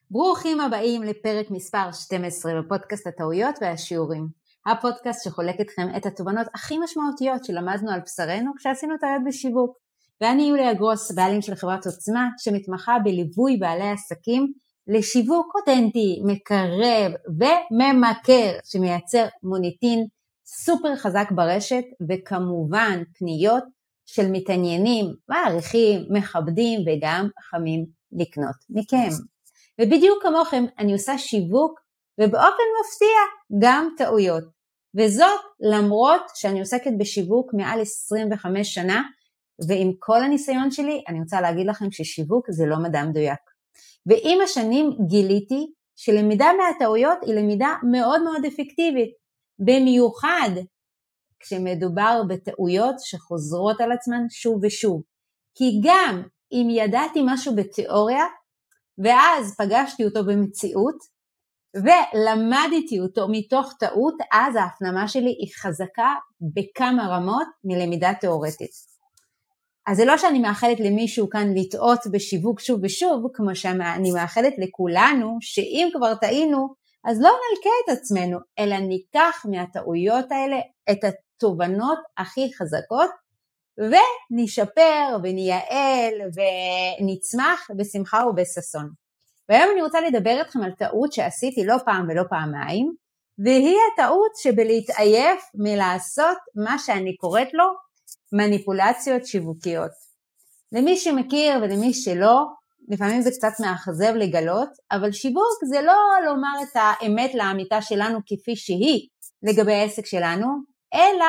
ברוכים הבאים לפרק מספר 12 בפודקאסט הטעויות והשיעורים. הפודקאסט שחולק אתכם את התובנות הכי משמעותיות שלמדנו על בשרנו כשעשינו טעויות בשיווק. ואני יוליה גרוס, בעלים של חברת עוצמה, שמתמחה בליווי בעלי עסקים לשיווק אותנטי, מקרב וממכר, שמייצר מוניטין סופר חזק ברשת, וכמובן פניות של מתעניינים, מעריכים, מכבדים וגם חמים לקנות מכם. ובדיוק כמוכם אני עושה שיווק ובאופן מפתיע גם טעויות. וזאת למרות שאני עוסקת בשיווק מעל 25 שנה, ועם כל הניסיון שלי אני רוצה להגיד לכם ששיווק זה לא מדע מדויק. ועם השנים גיליתי שלמידה מהטעויות היא למידה מאוד מאוד אפקטיבית, במיוחד כשמדובר בטעויות שחוזרות על עצמן שוב ושוב. כי גם אם ידעתי משהו בתיאוריה, ואז פגשתי אותו במציאות, ולמדתי אותו מתוך טעות, אז ההפנמה שלי היא חזקה בכמה רמות מלמידה תיאורטית. אז זה לא שאני מאחלת למישהו כאן לטעות בשיווק שוב ושוב, כמו שאני מאחלת לכולנו, שאם כבר טעינו, אז לא נלקה את עצמנו, אלא ניקח מהטעויות האלה את התובנות הכי חזקות, ונשפר ונייעל ונצמח בשמחה ובששון. והיום אני רוצה לדבר אתכם על טעות שעשיתי לא פעם ולא פעמיים, והיא הטעות שבלהתעייף מלעשות מה שאני קוראת לו מניפולציות שיווקיות. למי שמכיר ולמי שלא, לפעמים זה קצת מאכזב לגלות, אבל שיווק זה לא לומר את האמת לאמיתה שלנו כפי שהיא לגבי העסק שלנו, אלא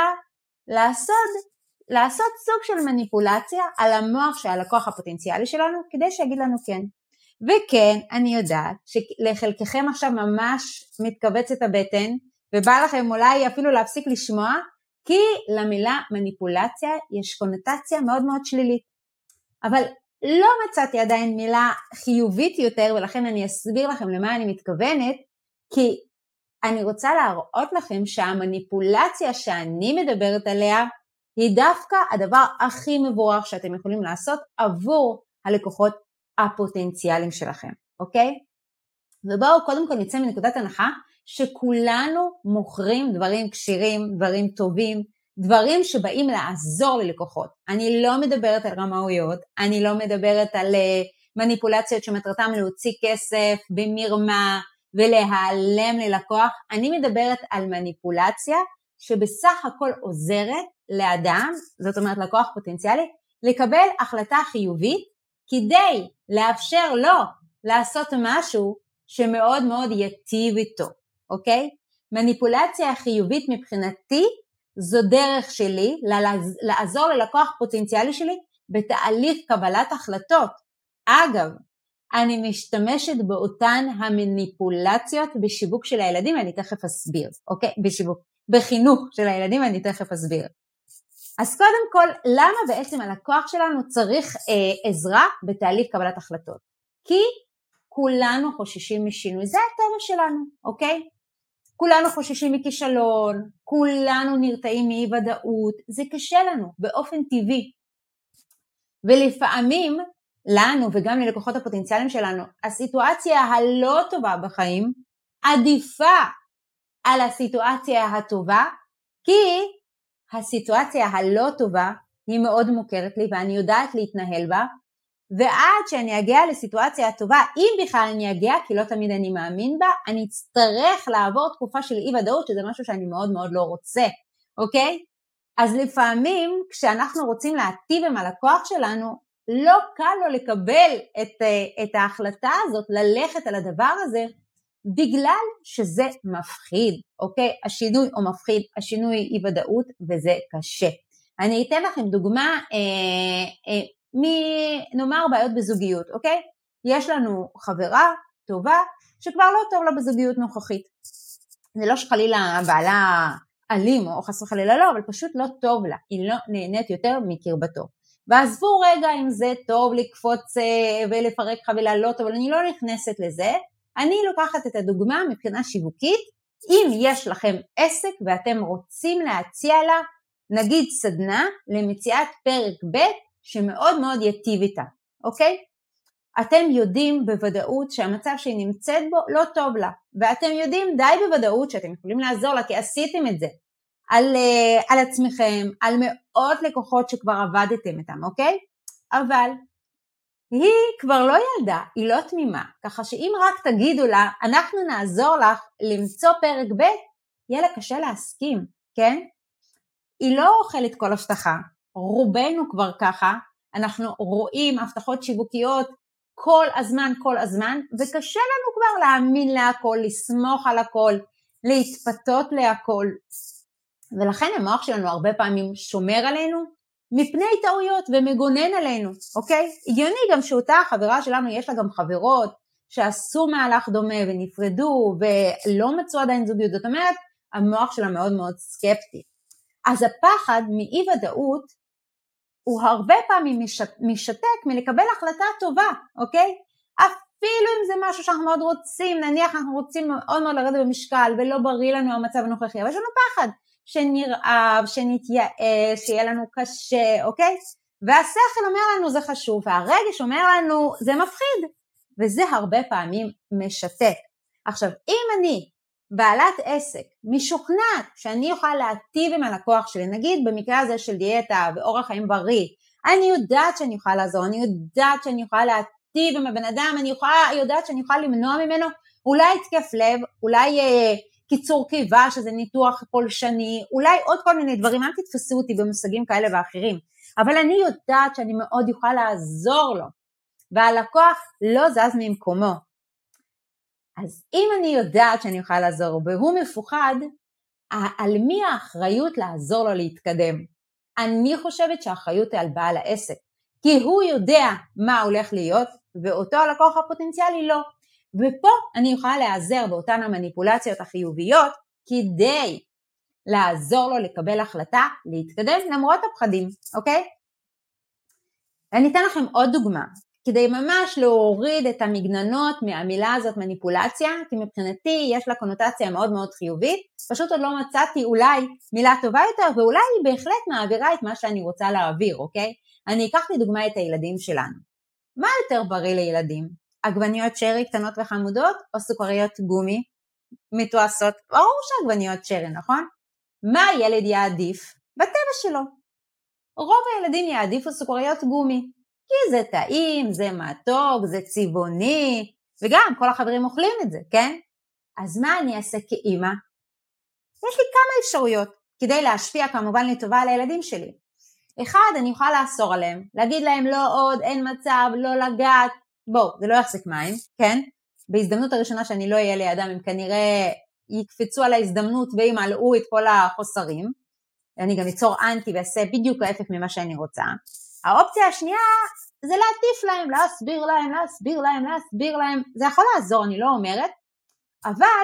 לעשות סוג של מניפולציה על המוח של הלקוח הפוטנציאלי שלנו, כדי שיגיד לנו כן. וכן, אני יודעת שלחלקכם עכשיו ממש מתכווצת הבטן, ובא לכם אולי אפילו להפסיק לשמוע, כי למילה מניפולציה יש קונוטציה מאוד מאוד שלילית. אבל לא מצאתי עדיין מילה חיובית יותר, ולכן אני אסביר לכם למה אני מתכוונת, כי אני רוצה להראות לכם שהמניפולציה שאני מדברת עליה, היא דווקא הדבר הכי מבורך שאתם יכולים לעשות עבור הלקוחות הפוטנציאליים שלכם, אוקיי? ובואו קודם כל נצא מנקודת הנחה שכולנו מוכרים דברים קשירים, דברים טובים, דברים שבאים לעזור ללקוחות. אני לא מדברת על רמאויות, אני לא מדברת על מניפולציות שמטרתם להוציא כסף במרמה ולהיעלם ללקוח, אני מדברת על מניפולציה שבסך הכל עוזרת לאדם, זאת אומרת לקוח פוטנציאלי, לקבל החלטה חיובית, כדי לאפשר לו לעשות משהו שמאוד מאוד יטיב איתו, אוקיי? מניפולציה חיובית מבחינתי, זו דרך שלי לעזור ללקוח פוטנציאלי שלי בתהליך קבלת החלטות. אגב, אני משתמשת באותן המניפולציות בשיווק של הילדים, אני תכף אסביר, אוקיי? בחינוך של הילדים אני תכף אסביר. אז קודם כל, למה בעצם הלקוח שלנו צריך עזרה בתהליך קבלת החלטות? כי כולנו חוששים משינוי, זה הטבע שלנו, אוקיי? כולנו חוששים מכישלון, כולנו נרתעים מאי ודאות, זה קשה לנו באופן טבעי. ולפעמים לנו וגם ללקוחות הפוטנציאליים שלנו, הסיטואציה הלא טובה בחיים עדיפה על הסיטואציה הטובה, כי הסיטואציה הלא טובה היא מאוד מוכרת לי ואני יודעת להתנהל בה, ועד שאני אגיע לסיטואציה הטובה, אם בכלל אני אגיע, כי לא תמיד אני מאמין בה, אני אצטרך לעבור תקופה של אי ודאות, שזה משהו שאני מאוד מאוד לא רוצה, אוקיי? אז לפעמים כשאנחנו רוצים להטיב עם הלקוח שלנו, לא קל לו לקבל את ההחלטה הזאת, ללכת על הדבר הזה, בגלל שזה מפחיד, אוקיי? השינוי הוא מפחיד, השינוי היא ודאות, וזה קשה. אני אתן לכם דוגמה, נאמר בעיות בזוגיות, אוקיי? יש לנו חברה טובה, שכבר לא טוב לה בזוגיות נוכחית. זה לא שחלילה בעלה אלים, או חס וחלילה לא, אבל פשוט לא טוב לה, היא לא נהנית יותר מקרבתו. ועזבו רגע אם זה טוב לקפוץ ולפרק חבילה לא טוב, אבל אני לא נכנסת לזה, אני לוקחת את הדוגמה מבחינה שיווקית, אם יש לכם עסק ואתם רוצים להציע לה, נגיד סדנה למציאת פרק ב' שמאוד מאוד יטיב איתה, אוקיי? אתם יודעים בוודאות שהמצב שהיא נמצאת בו לא טוב לה, ואתם יודעים די בוודאות שאתם יכולים לעזור לה, כי עשיתם את זה על עצמכם, על מאות לקוחות שכבר עבדתם איתם, אוקיי? אבל היא כבר לא ילדה, היא לא תמימה, ככה שאם רק תגידו לה, אנחנו נעזור לך למצוא פרק ב', יהיה לה קשה להסכים, כן? היא לא אוכלת כל הבטחה, רובנו כבר ככה, אנחנו רואים הבטחות שיווקיות כל הזמן, וקשה לנו כבר להאמין להכל, לסמוך על הכל, להתפתות להכל, ולכן המוח שלנו הרבה פעמים שומר עלינו, מפני טעויות ומגונן עלינו, אוקיי? הגיוני גם שאותה חברה שלנו, יש לה גם חברות שעשו מהלך דומה ונפרדו ולא מצאו עדיין זוגיות, זאת אומרת, המוח שלה מאוד מאוד סקפטי. אז הפחד מאי ודאות הוא הרבה פעמים משתק מלקבל החלטה טובה, אוקיי? אפילו אם זה משהו שאנחנו מאוד רוצים, נניח אנחנו רוצים מאוד מאוד לרדת במשקל ולא בריא לנו המצב הנוכחי, אבל יש לנו פחד. שנרעב, שנתייאש, שיהיה לנו קשה, אוקיי? והשכל אומר לנו זה חשוב, והרגש אומר לנו זה מפחיד, וזה הרבה פעמים משתק. עכשיו, אם אני בעלת עסק משוכנעת שאני יכולה להטיב עם הלקוח שלי, נגיד במקרה הזה של דיאטה ואורח חיים בריא, אני יודעת שאני יכולה לעזור, אני יודעת שאני יכולה להטיב עם הבן אדם, אני יודעת שאני יכולה למנוע ממנו, אולי התקף לב, אולי קיצור קיבה, שזה ניתוח פולשני, אולי עוד כל מיני דברים, אל תתפסו אותי במושגים כאלה ואחרים, אבל אני יודעת שאני מאוד יכולה לעזור לו, והלקוח לא זז ממקומו. אז אם אני יודעת שאני יכולה לעזור, והוא מפוחד, על מי האחריות לעזור לו להתקדם? אני חושבת שהאחריות היא על בעל העסק, כי הוא יודע מה הולך להיות, ואותו הלקוח הפוטנציאלי לא. ופה אני יכולה להיעזר באותן המניפולציות החיוביות, כדי לעזור לו לקבל החלטה, להתקדם למרות הפחדים, אוקיי? אני אתן לכם עוד דוגמה, כדי ממש להוריד את המגננות מהמילה הזאת מניפולציה, כי מבחינתי יש לה קונוטציה מאוד מאוד חיובית, פשוט עוד לא מצאתי אולי מילה טובה יותר, ואולי היא בהחלט מעבירה את מה שאני רוצה להעביר, אוקיי? אני אקח לדוגמה את הילדים שלנו. מה יותר בריא לילדים? עגבניות שרי קטנות וחמודות או סוכריות גומי מתועשות? ברור שעגבניות שרי, נכון? מה הילד יעדיף? בטבע שלו. רוב הילדים יעדיפו סוכריות גומי, כי זה טעים, זה מתוק, זה צבעוני, וגם כל החברים אוכלים את זה, כן? אז מה אני אעשה כאימא? יש לי כמה אפשרויות כדי להשפיע כמובן לטובה על הילדים שלי. אחד, אני יכולה לאסור עליהם, להגיד להם לא עוד, אין מצב, לא לגעת, בואו, זה לא יחזיק מים, כן? בהזדמנות הראשונה שאני לא אהיה לידם, הם כנראה יקפצו על ההזדמנות וימלאו את כל החוסרים, אני גם אצור אנטי ועשה בדיוק ההפך ממה שאני רוצה. האופציה השנייה זה להטיף להם, להסביר להם, זה יכול לעזור, אני לא אומרת, אבל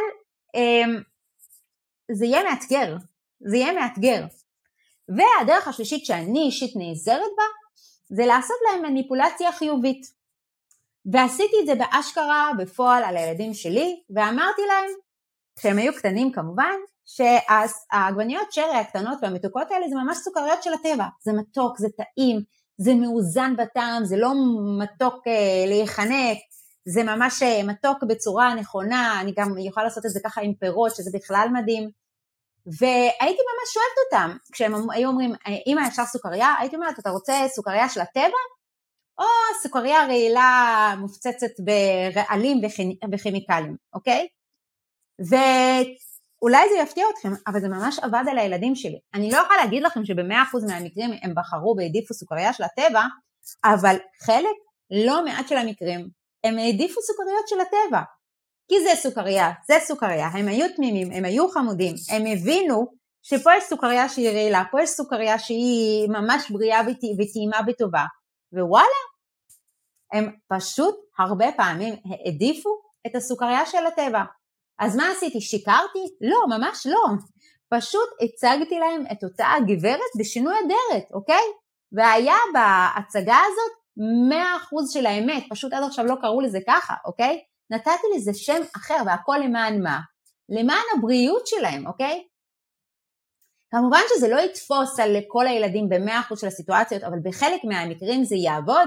זה יהיה מאתגר, והדרך השלישית שאני אישית נעזרת בה, זה לעשות להם מניפולציה חיובית, ועשיתי את זה באשכרה בפועל על הילדים שלי, ואמרתי להם, כשהם היו קטנים כמובן, שהעגבניות שרי הקטנות והמתוקות האלה זה ממש סוכריות של הטבע, זה מתוק, זה טעים, זה מאוזן בטעם, זה לא מתוק להיחנק, זה ממש מתוק בצורה נכונה, אני גם יכולה לעשות את זה ככה עם פירות, שזה בכלל מדהים, והייתי ממש שואלת אותם, כשהם היו אומרים, אמא ישר סוכריה, הייתי אומרת, אתה רוצה סוכריה של הטבע? או סוכריה רעילה מופצצת ברעלים וכימיקלים, אוקיי? ואולי זה יפתיע אתכם, אבל זה ממש עבד על הילדים שלי. אני לא יכולה להגיד לכם שב100% מהמקרים הם בחרו והעדיפו סוכריה של הטבע, אבל חלק לא מעט של המקרים הם העדיפו סוכריות של הטבע. כי זה סוכריה, הם היו תמימים, הם היו חמודים, הם הבינו שפה יש סוכריה שהיא רעילה, פה יש סוכריה שהיא ממש בריאה וטעימה וטובה, ווואלה, הם פשוט הרבה פעמים העדיפו את הסוכריה של הטבע. אז מה עשיתי? שיקרתי? לא, ממש לא. פשוט הצגתי להם את אותה הגברת בשינוי אדרת, אוקיי? והיה בהצגה הזאת 100% של האמת, פשוט עד עכשיו לא קראו לזה ככה, אוקיי? נתתי לזה שם אחר, והכל למען מה? למען הבריאות שלהם, אוקיי? כמובן שזה לא יתפוס על כל הילדים ב100% של הסיטואציות, אבל בחלק מהמקרים זה יעבוד,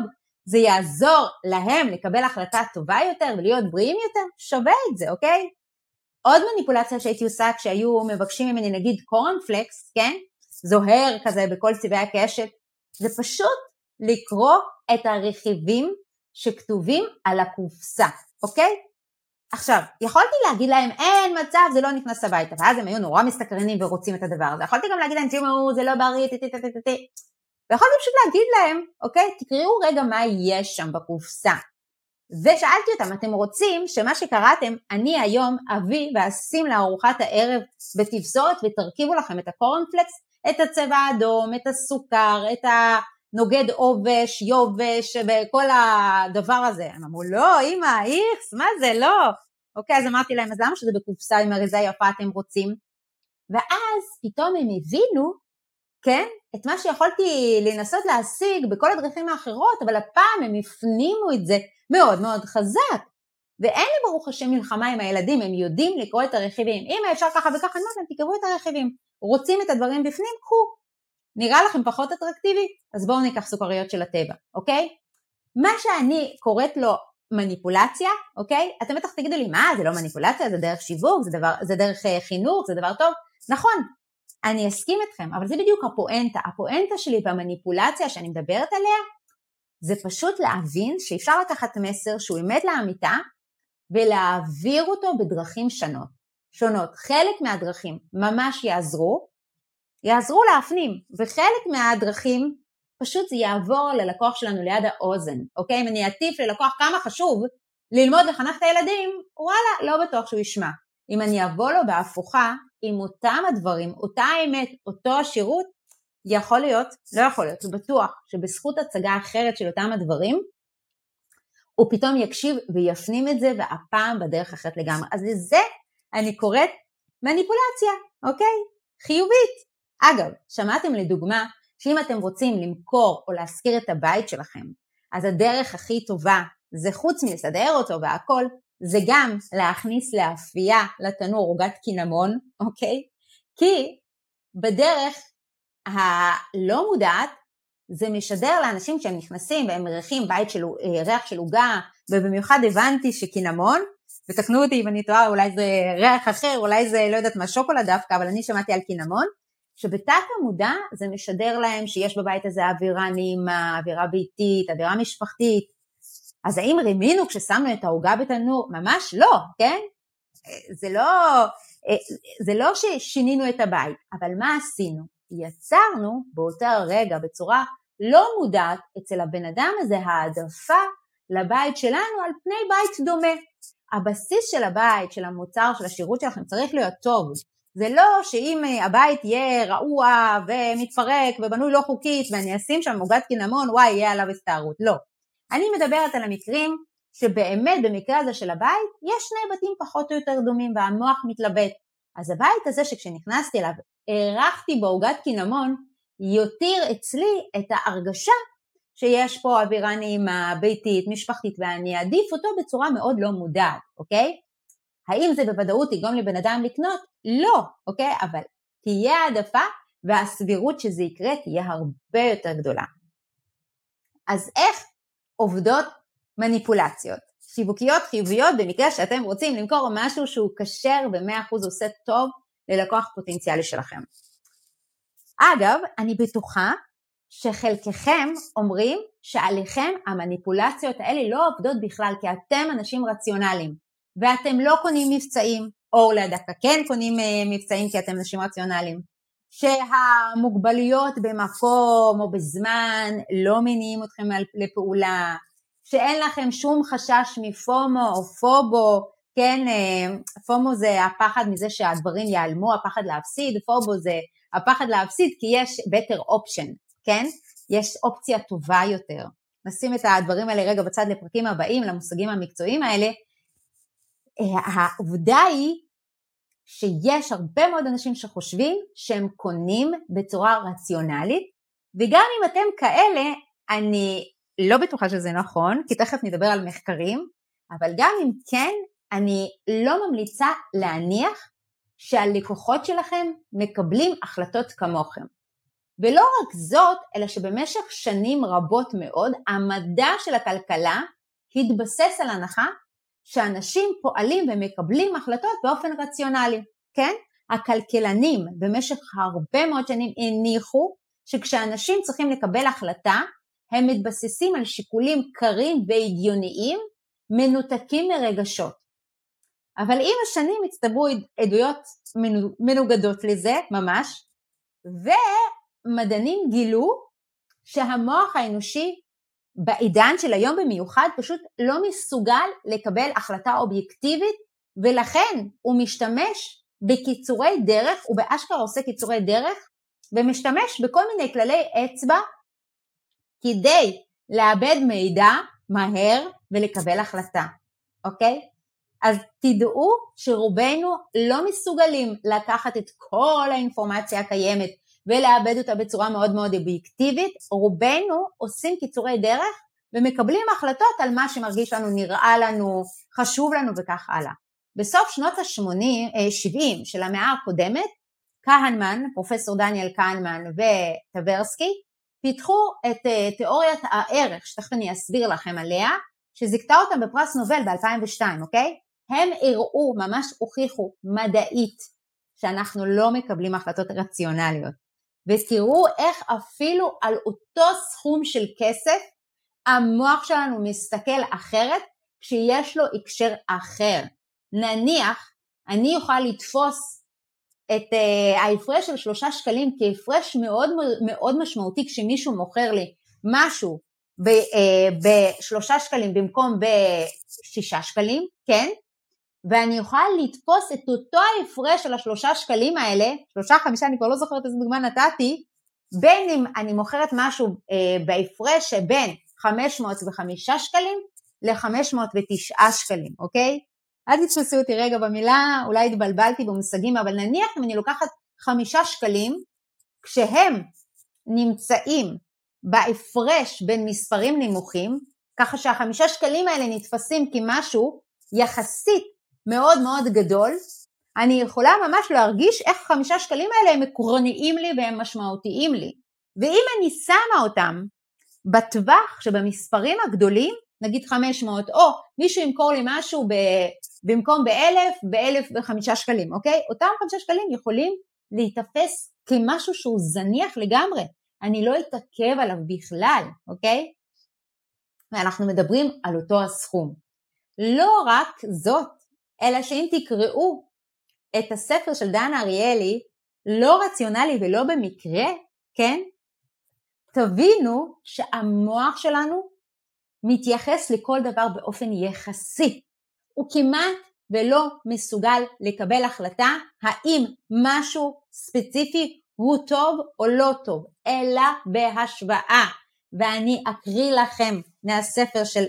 זה יעזור להם לקבל החלטה טובה יותר ולהיות בריאים יותר, שווה את זה, אוקיי? עוד מניפולציה שהייתי עושה כשהיו מבקשים ממני נגיד קורנפלקס, כן? זוהר כזה בכל צבעי הקשת, זה פשוט לקרוא את הרכיבים שכתובים על הקופסה, אוקיי? עכשיו, יכולתי להגיד להם, אין מצב, זה לא נכנס הביתה, ואז הם היו נורא מסתקרנים ורוצים את הדבר הזה. יכולתי גם להגיד להם, תראו, זה לא בריא, ויכולתי פשוט להגיד להם, אוקיי, תקראו רגע מה יש שם בקופסה. ושאלתי אותם, אתם רוצים שמה שקראתם, אני היום אביא ואשים לארוחת הערב בתפזורת, ותרכיבו לכם את הקורנפלקס, את הצבע האדום, את הסוכר, את הנוגד עובש, יובש, וכל הדבר הזה. הם אמרו, לא, אמא, איכס, מה זה, לא. אוקיי, אז אמרתי להם, אז למה שזה בקופסה עם אריזה יפה אתם רוצים? ואז פתאום הם הבינו, כן, את מה שיכולתי לנסות להשיג בכל הדרכים האחרות, אבל הפעם הם הפנימו את זה מאוד מאוד חזק. ואין לי ברוך השם מלחמה עם הילדים, הם יודעים לקרוא את הרכיבים. אם אפשר ככה וככה, אני אומרת, תקראו את הרכיבים. רוצים את הדברים בפנים? קחו. נראה לכם פחות אטרקטיבי? אז בואו ניקח סוכריות של הטבע, אוקיי? מה שאני קוראת לו מניפולציה, אוקיי? אתם בטח תגידו לי, מה? זה לא מניפולציה, זה דרך שיווק, זה דרך חינוך, זה דבר טוב. נכון, אני אסכים אתכם, אבל זה בדיוק הפואנטה. הפואנטה שלי במניפולציה שאני מדברת עליה, זה פשוט להבין שאפשר לקחת מסר שהוא אמת לאמיתה, ולהעביר אותו בדרכים שונות. חלק מהדרכים ממש יעזרו להפנים, וחלק מהדרכים פשוט זה יעבור ללקוח שלנו ליד האוזן, אוקיי? אם אני אטיף ללקוח כמה חשוב ללמוד לחנך את הילדים, וואלה, לא בטוח שהוא ישמע. אם אני אבוא לו בהפוכה, עם אותם הדברים, אותה האמת, אותו השירות, יכול להיות, לא יכול להיות, הוא בטוח שבזכות הצגה אחרת של אותם הדברים, הוא פתאום יקשיב ויפנים את זה, והפעם בדרך אחרת לגמרי. אז לזה אני קוראת מניפולציה, אוקיי? חיובית. אגב, שמעתם לדוגמה, שאם אתם רוצים למכור או להשכיר את הבית שלכם, אז הדרך הכי טובה, זה חוץ מלסדר אותו והכל, זה גם להכניס לאפייה לתנור עוגת קינמון, אוקיי? כי בדרך הלא מודעת, זה משדר לאנשים שהם נכנסים והם מריחים בית של ריח של עוגה, ובמיוחד הבנתי שקינמון, ותקנו אותי אם אני טועה, אולי זה ריח אחר, אולי זה לא יודעת מה שוקולד דווקא, אבל אני שמעתי על קינמון, שבתת המודע זה משדר להם שיש בבית הזה אווירה נעימה, אווירה ביתית, אווירה משפחתית. אז האם רימינו כששמנו את העוגה בתנור? ממש לא, כן? זה לא ששינינו את הבית, אבל מה עשינו? יצרנו באותו רגע בצורה לא מודעת אצל הבן אדם הזה העדפה לבית שלנו על פני בית דומה. הבסיס של הבית, של המוצר, של השירות שלכם צריך להיות טוב. זה לא שאם הבית יהיה רעוע ומתפרק ובנוי לא חוקית ואני אשים שם עוגת קינמון, וואי, יהיה עליו הסתערות. לא. אני מדברת על המקרים שבאמת במקרה הזה של הבית, יש שני בתים פחות או יותר דומים והמוח מתלבט. אז הבית הזה שכשנכנסתי אליו, הערכתי בעוגת קינמון, יותיר אצלי את ההרגשה שיש פה אווירה נעימה, ביתית, משפחתית, ואני אעדיף אותו בצורה מאוד לא מודעת, אוקיי? האם זה בוודאות יגרום לבן אדם לקנות? לא, אוקיי? אבל תהיה העדפה, והסבירות שזה יקרה תהיה הרבה יותר גדולה. אז איך עובדות מניפולציות? שיווקיות, חיוביות, במקרה שאתם רוצים למכור משהו שהוא קשר ב100% עושה טוב ללקוח פוטנציאלי שלכם. אגב, אני בטוחה שחלקכם אומרים שעליכם המניפולציות האלה לא עובדות בכלל, כי אתם אנשים רציונליים, ואתם לא קונים מבצעים, או לדווקא כן קונים מבצעים כי אתם אנשים רציונליים, שהמוגבלויות במקום או בזמן לא מניעים אתכם לפעולה, שאין לכם שום חשש מפומו או פובו, כן, פומו זה הפחד מזה שהדברים ייעלמו, הפחד להפסיד, פובו זה הפחד להפסיד כי יש better option, כן? יש אופציה טובה יותר. נשים את הדברים האלה רגע בצד לפרקים הבאים, למושגים המקצועיים האלה. העובדה היא שיש הרבה מאוד אנשים שחושבים שהם קונים בצורה רציונלית, וגם אם אתם כאלה, אני לא בטוחה שזה נכון, כי תכף נדבר על מחקרים, אבל גם אם כן, אני לא ממליצה להניח שהלקוחות שלכם מקבלים החלטות כמוכם. ולא רק זאת, אלא שבמשך שנים רבות מאוד, המדע של הכלכלה התבסס על הנחה שאנשים פועלים ומקבלים החלטות באופן רציונלי, כן? הכלכלנים במשך הרבה מאוד שנים הניחו שכשאנשים צריכים לקבל החלטה, הם מתבססים על שיקולים קרים והגיוניים, מנותקים מרגשות. אבל עם השנים הצטברו עדויות מנוגדות לזה ממש, ומדענים גילו שהמוח האנושי בעידן של היום במיוחד פשוט לא מסוגל לקבל החלטה אובייקטיבית, ולכן הוא משתמש בקיצורי דרך, הוא באשכרה עושה קיצורי דרך, ומשתמש בכל מיני כללי אצבע, כדי לאבד מידע מהר ולקבל החלטה, אוקיי? אז תדעו שרובנו לא מסוגלים לקחת את כל האינפורמציה הקיימת, ולאבד אותה בצורה מאוד מאוד אובייקטיבית, רובנו עושים קיצורי דרך, ומקבלים החלטות על מה שמרגיש לנו, נראה לנו, חשוב לנו וכך הלאה. בסוף שנות ה-70 של המאה הקודמת, כהנמן, פרופסור דניאל כהנמן וטברסקי, פיתחו את תיאוריית הערך, שתכף אני אסביר לכם עליה, שזיכתה אותם בפרס נובל ב-2002, אוקיי? הם הראו, ממש הוכיחו מדעית, שאנחנו לא מקבלים החלטות רציונליות. ותראו איך אפילו על אותו סכום של כסף, המוח שלנו מסתכל אחרת, כשיש לו הקשר אחר. נניח, אני אוכל לתפוס את ההפרש של 3 שקלים כהפרש מאוד מאוד משמעותי, כשמישהו מוכר לי משהו ב3 שקלים במקום ב6 שקלים, כן? ואני אוכל לתפוס את אותו ההפרש של 3 שקלים האלה, 3-5, אני כבר לא זוכרת איזה דוגמה נתתי, בין אם אני מוכרת משהו בהפרש שבין 505 שקלים ל-509 שקלים, אוקיי? אל תתפסו אותי רגע במילה, אולי התבלבלתי במושגים, אבל נניח אם אני לוקחת 5 שקלים, כשהם נמצאים בהפרש בין מספרים נמוכים, ככה שה5 שקלים האלה נתפסים כמשהו יחסית מאוד מאוד גדול, אני יכולה ממש להרגיש איך 5 שקלים האלה הם עקרוניים לי והם משמעותיים לי. ואם אני שמה אותם בטווח שבמספרים הגדולים, נגיד 500, או מישהו ימכור לי משהו במקום ב-1,000 ב-1,005 שקלים, אוקיי? אותם 5 שקלים יכולים להתאפס כמשהו שהוא זניח לגמרי, אני לא אתעכב עליו בכלל, אוקיי? ואנחנו מדברים על אותו הסכום. לא רק זאת, אלא שאם תקראו את הספר של דן אריאלי, לא רציונלי ולא במקרה, כן? תבינו שהמוח שלנו מתייחס לכל דבר באופן יחסי. הוא כמעט ולא מסוגל לקבל החלטה האם משהו ספציפי הוא טוב או לא טוב, אלא בהשוואה. ואני אקריא לכם מהספר של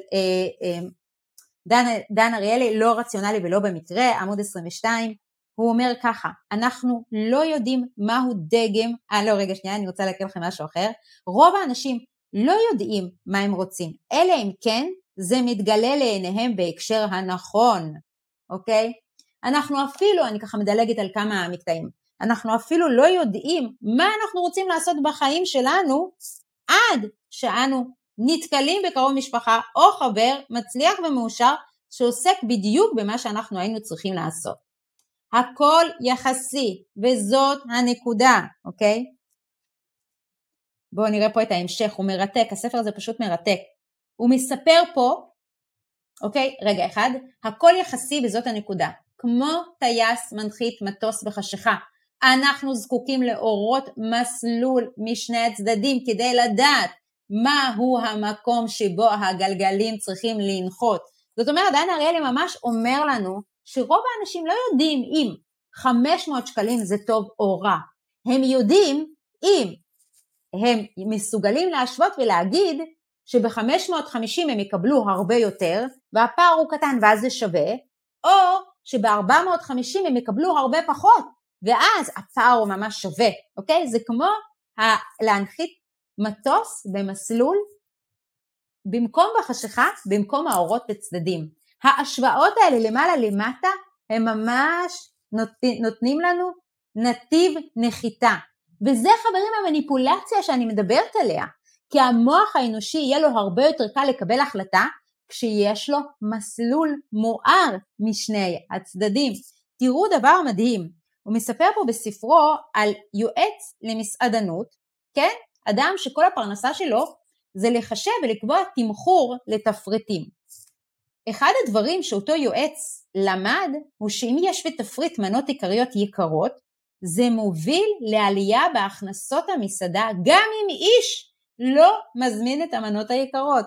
דן אריאלי, לא רציונלי ולא במקרה, עמוד 22, הוא אומר ככה, אנחנו לא יודעים מהו דגם, לא רגע שנייה, אני רוצה להקריא לכם משהו אחר, רוב האנשים לא יודעים מה הם רוצים, אלא אם כן זה מתגלה לעיניהם בהקשר הנכון, אוקיי? אנחנו אפילו, אני ככה מדלגת על כמה מקטעים, אנחנו אפילו לא יודעים מה אנחנו רוצים לעשות בחיים שלנו, עד שאנו נתקלים בקרוב משפחה או חבר מצליח ומאושר, שעוסק בדיוק במה שאנחנו היינו צריכים לעשות. הכל יחסי, וזאת הנקודה, אוקיי? בואו נראה פה את ההמשך, הוא מרתק, הספר הזה פשוט מרתק. הוא מספר פה, אוקיי, רגע אחד, הכל יחסי וזאת הנקודה. כמו טייס מנחית מטוס בחשיכה, אנחנו זקוקים לאורות מסלול משני הצדדים, כדי לדעת מהו המקום שבו הגלגלים צריכים לנחות. זאת אומרת, דן אריאלי ממש אומר לנו, שרוב האנשים לא יודעים אם 500 שקלים זה טוב או רע. הם יודעים אם הם מסוגלים להשוות ולהגיד שב-550 הם יקבלו הרבה יותר, והפער הוא קטן ואז זה שווה, או שב-450 הם יקבלו הרבה פחות, ואז הפער הוא ממש שווה, אוקיי? זה כמו להנחית מטוס במסלול, במקום בחשיכה, במקום האורות בצדדים. ההשוואות האלה למעלה למטה, הם ממש נותנים לנו נתיב נחיתה. וזה חברים המניפולציה שאני מדברת עליה, כי המוח האנושי יהיה לו הרבה יותר קל לקבל החלטה, כשיש לו מסלול מואר משני הצדדים. תראו דבר מדהים, הוא מספר פה בספרו על יועץ למסעדנות, כן? אדם שכל הפרנסה שלו זה לחשב ולקבוע תמחור לתפריטים. אחד הדברים שאותו יועץ למד, הוא שאם יש בתפריט מנות עיקריות יקרות, זה מוביל לעלייה בהכנסות המסעדה, גם אם איש לא מזמין את המנות היקרות.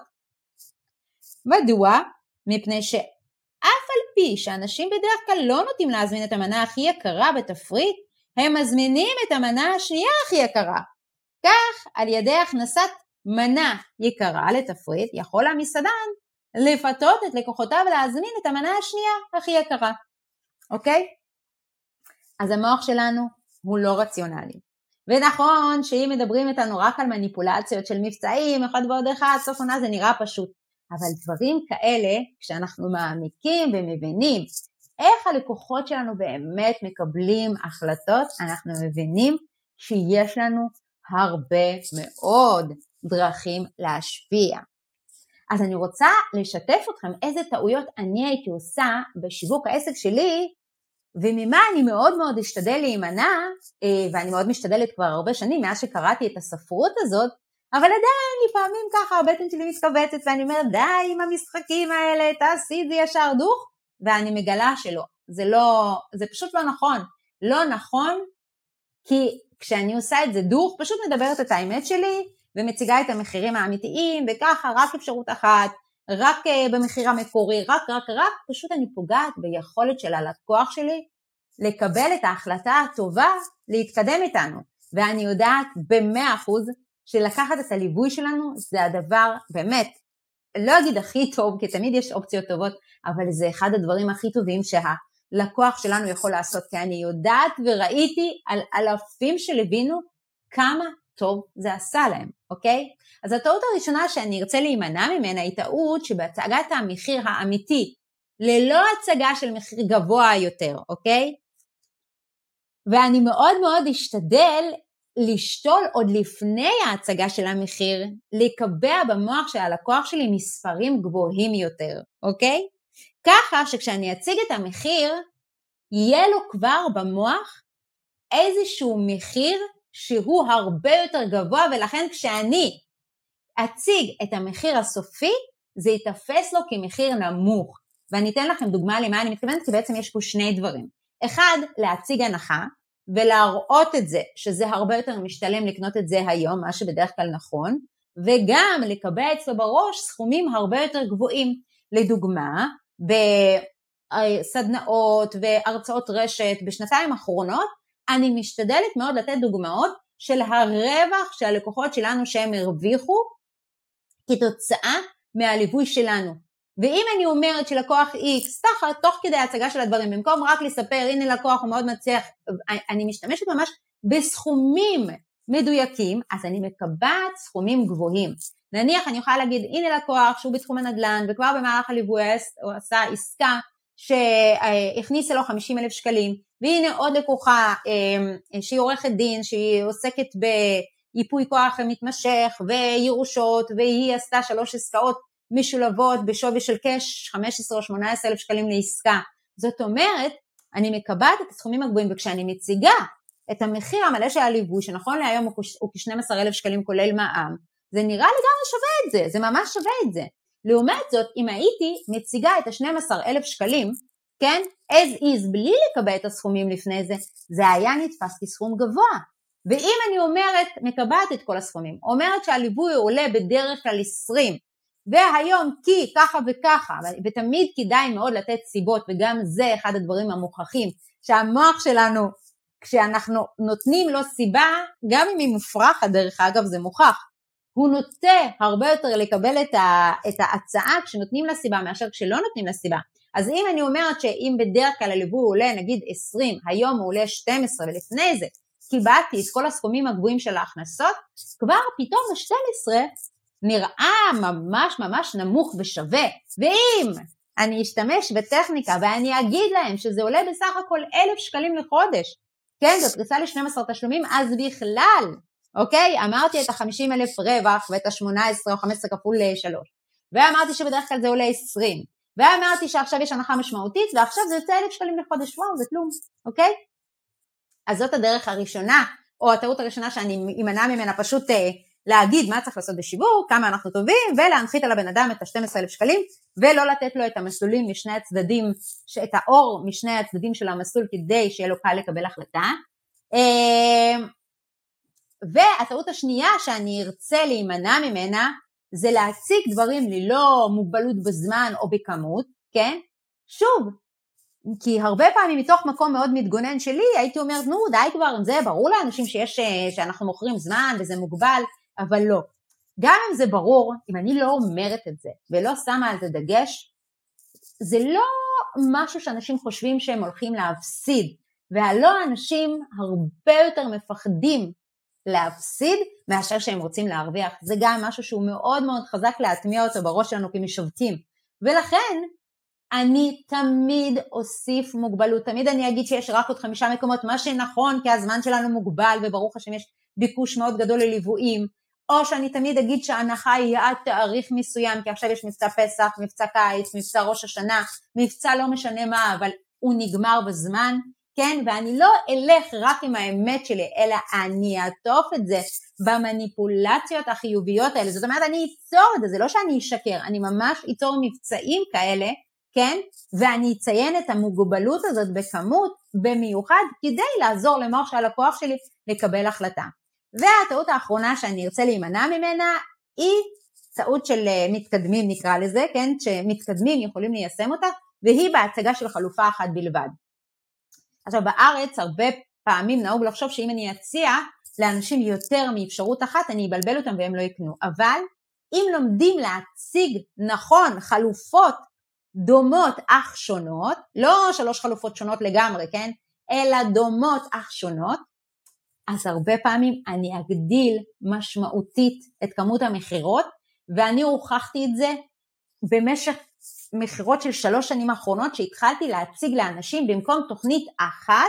מדוע? מפני שאף על פי שאנשים בדרך כלל לא נוטים להזמין את המנה הכי יקרה בתפריט, הם מזמינים את המנה השנייה הכי יקרה. כך, על ידי הכנסת מנה יקרה לתפריט, יכול המסעדן לפתות את לקוחותיו להזמין את המנה השנייה הכי יקרה. אוקיי? אז המוח שלנו הוא לא רציונלי. ונכון שאם מדברים איתנו רק על מניפולציות של מבצעים, אחד ועוד אחד, סוף עונה זה נראה פשוט. אבל דברים כאלה, כשאנחנו מעמיקים ומבינים איך הלקוחות שלנו באמת מקבלים החלטות, אנחנו מבינים שיש לנו הרבה מאוד דרכים להשפיע. אז אני רוצה לשתף אתכם איזה טעויות אני הייתי עושה בשיווק העסק שלי, וממה אני מאוד מאוד אשתדל להימנע, ואני מאוד משתדלת כבר הרבה שנים מאז שקראתי את הספרות הזאת, אבל עדיין לפעמים ככה הבטן שלי מתכווצת, ואני אומרת די עם המשחקים האלה, תעשי את זה ישר דוך, ואני מגלה שלא, זה פשוט לא נכון. לא נכון, כי כשאני עושה את זה דוך, פשוט מדברת את האמת שלי, ומציגה את המחירים האמיתיים, וככה רק אפשרות אחת, רק במחיר המקורי, רק, פשוט אני פוגעת ביכולת של הלקוח שלי, לקבל את ההחלטה הטובה, להתקדם איתנו, ואני יודעת ב100% שלקחת את הליווי שלנו, זה הדבר באמת, לא אגיד הכי טוב, כי תמיד יש אופציות טובות, אבל זה אחד הדברים הכי טובים שהלקוח שלנו יכול לעשות, כי אני יודעת וראיתי על אלפים שלבינו כמה טוב זה עשה להם, אוקיי? אז הטעות הראשונה שאני ארצה להימנע ממנה היא טעות שבהצגת המחיר האמיתי, ללא הצגה של מחיר גבוה יותר, אוקיי? ואני מאוד מאוד אשתדל לשתול עוד לפני ההצגה של המחיר, לקבע במוח של הלקוח שלי מספרים גבוהים יותר, אוקיי? ככה שכשאני אציג את המחיר, יהיה לו כבר במוח איזשהו מחיר שהוא הרבה יותר גבוה, ולכן כשאני אציג את המחיר הסופי, זה יתפס לו כמחיר נמוך. ואני אתן לכם דוגמה למה אני מתכוונת, כי בעצם יש פה שני דברים. אחד, להציג הנחה, ולהראות את זה, שזה הרבה יותר משתלם לקנות את זה היום, מה שבדרך כלל נכון, וגם לקבע אצלו בראש סכומים הרבה יותר גבוהים. לדוגמה, בסדנאות והרצאות רשת בשנתיים האחרונות, אני משתדלת מאוד לתת דוגמאות של הרווח שהלקוחות שלנו שהם הרוויחו כתוצאה מהליווי שלנו. ואם אני אומרת שלקוח X, תוך כדי ההצגה של הדברים, במקום רק לספר, הנה לקוח הוא מאוד מצליח, אני משתמשת ממש בסכומים מדויקים, אז אני מקבעת סכומים גבוהים. נניח אני יכולה להגיד, הנה לקוח שהוא בתחום הנדל"ן, וכבר במהלך הליווי הוא עשה עסקה שהכניסה לו 50,000 שקלים, והנה עוד לקוחה שהיא עורכת דין, שהיא עוסקת בייפוי כוח מתמשך וירושות, והיא עשתה 3 עסקאות משולבות בשווי של כ-15 או 18,000 שקלים לעסקה. זאת אומרת, אני מקבעת את הסכומים הגבוהים, וכשאני מציגה את המחיר המלא של הליווי, שנכון להיום הוא כ-12,000 שקלים כולל מע"מ, זה נראה לי גם שווה את זה, זה ממש שווה את זה. לעומת זאת, אם הייתי מציגה את ה-12,000 שקלים, כן, as is, בלי לקבע את הסכומים לפני זה, זה היה נתפס כסכום גבוה. ואם אני אומרת, מקבעת את כל הסכומים, אומרת שהליווי עולה בדרך כלל 20, והיום כי ככה וככה, ותמיד כדאי מאוד לתת סיבות, וגם זה אחד הדברים המוכחים, שהמוח שלנו, כשאנחנו נותנים לו סיבה, גם אם היא מופרכת, דרך אגב זה מוכח, הוא נוטה הרבה יותר לקבל את ההצעה כשנותנים לה סיבה, מאשר כשלא נותנים לה סיבה. אז אם אני אומרת שאם בדרך כלל הליווי עולה נגיד 20, היום הוא עולה 12, ולפני זה קיבלתי את כל הסכומים הגבוהים של ההכנסות, כבר פתאום ה-12 נראה ממש ממש נמוך ושווה. ואם אני אשתמש בטכניקה ואני אגיד להם שזה עולה בסך הכל 1,000 שקלים לחודש, כן, בפריסה ל-12 תשלומים, אז בכלל, אוקיי, אמרתי את ה-50,000 רווח ואת ה-18 או 15 כפול 3, ואמרתי שבדרך כלל זה עולה 20, ואמרתי שעכשיו יש הנחה משמעותית, ועכשיו זה יוצא 1,000 שקלים לחודש, וואו, זה כלום, אוקיי? אז זאת הדרך הראשונה, או הטעות הראשונה שאני אמנע ממנה פשוט להגיד מה צריך לעשות בשיווק, כמה אנחנו טובים, ולהנחית על הבן אדם את ה-12,000 שקלים, ולא לתת לו את המסלולים משני הצדדים, את האור משני הצדדים של המסלול, כדי שיהיה לו קל לקבל החלטה. והטעות השנייה שאני ארצה להימנע ממנה, זה להציג דברים ללא מוגבלות בזמן או בכמות, כן? שוב, כי הרבה פעמים מתוך מקום מאוד מתגונן שלי, הייתי אומרת, נו, די כבר, זה ברור לאנשים שאנחנו מוכרים זמן וזה מוגבל, אבל לא. גם אם זה ברור, אם אני לא אומרת את זה, ולא שמה על זה דגש, זה לא משהו שאנשים חושבים שהם הולכים להפסיד, והלא אנשים הרבה יותר מפחדים להפסיד, מאשר שהם רוצים להרוויח. זה גם משהו שהוא מאוד מאוד חזק להטמיע אותו בראש שלנו כמשווקים. ולכן, אני תמיד אוסיף מוגבלות, תמיד אני אגיד שיש רק עוד 5 מקומות, מה שנכון, כי הזמן שלנו מוגבל, וברוך השם יש ביקוש מאוד גדול לליוויים, או שאני תמיד אגיד שההנחה היא עד תאריך מסוים, כי עכשיו יש מבצע פסח, מבצע קיץ, מבצע ראש השנה, מבצע לא משנה מה, אבל הוא נגמר בזמן, כן? ואני לא אלך רק עם האמת שלי, אלא אני אעטוף את זה במניפולציות החיוביות האלה, זאת אומרת אני אצור את זה, זה לא שאני אשקר, אני ממש אצור מבצעים כאלה, כן? ואני אציין את המוגבלות הזאת בכמות, במיוחד, כדי לעזור למוח של הלקוח שלי לקבל החלטה. והטעות האחרונה שאני ארצה להימנע ממנה, היא טעות של מתקדמים נקרא לזה, כן? שמתקדמים יכולים ליישם אותה, והיא בהצגה של חלופה אחת בלבד. עכשיו בארץ הרבה פעמים נהוג לחשוב שאם אני אציע לאנשים יותר מאפשרות אחת, אני אבלבל אותם והם לא יקנו. אבל אם לומדים להציג נכון חלופות דומות אך שונות, לא 3 חלופות שונות לגמרי, כן? אלא דומות אך שונות, אז הרבה פעמים אני אגדיל משמעותית את כמות המחירות, ואני הוכחתי את זה במשך מחירות של 3 שנים האחרונות, שהתחלתי להציג לאנשים במקום תוכנית אחת,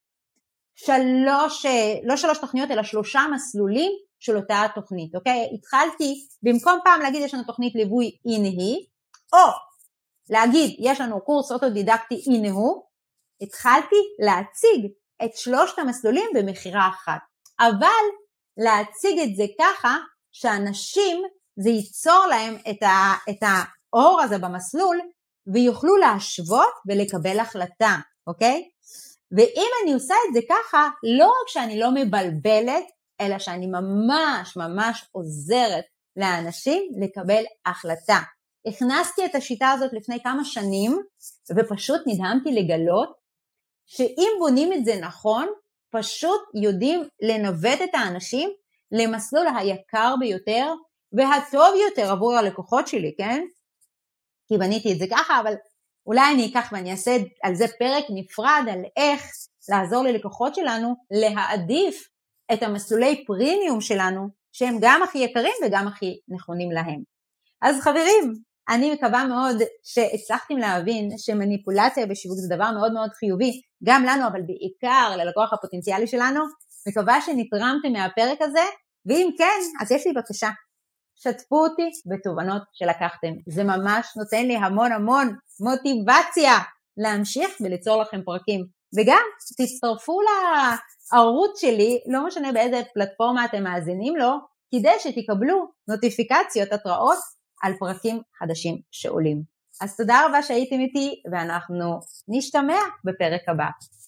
לא 3 תוכניות, אלא 3 מסלולים של אותה התוכנית, אוקיי? התחלתי, במקום פעם להגיד יש לנו תוכנית ליווי הנה היא, או להגיד יש לנו קורס אוטודידקטי הנה הוא, התחלתי להציג את 3 המסלולים במחירה אחת, אבל להציג את זה ככה שאנשים זה ייצור להם את האור הזה במסלול ויוכלו להשוות ולקבל החלטה, אוקיי? ואם אני עושה את זה ככה, לא רק שאני לא מבלבלת, אלא שאני ממש ממש עוזרת לאנשים לקבל החלטה. הכנסתי את השיטה הזאת לפני כמה שנים, ופשוט נדהמתי לגלות, שאם בונים את זה נכון, פשוט יודעים לנווט את האנשים למסלול היקר ביותר, והטוב יותר עבור הלקוחות שלי, כן? כי בניתי את זה ככה, אבל אולי אני אקח ואני אעשה על זה פרק נפרד, על איך לעזור ללקוחות שלנו, להעדיף את המסלולי פרימיום שלנו, שהם גם הכי יקרים וגם הכי נכונים להם. אז חברים, אני מקווה מאוד שהצלחתם להבין שמניפולציה בשיווק זה דבר מאוד מאוד חיובי, גם לנו אבל בעיקר ללקוח הפוטנציאלי שלנו. מקווה שנתרמתם מהפרק הזה, ואם כן, אז יש לי בקשה. שתפו אותי בתובנות שלקחתם. זה ממש נותן לי המון המון מוטיבציה להמשיך וליצור לכם פרקים. וגם תצטרפו לערוץ שלי, לא משנה באיזה פלטפורמה אתם מאזינים לו, כדי שתקבלו נוטיפיקציות, התראות על פרקים חדשים שעולים. אז תודה רבה שהייתם איתי, ואנחנו נשתמע בפרק הבא.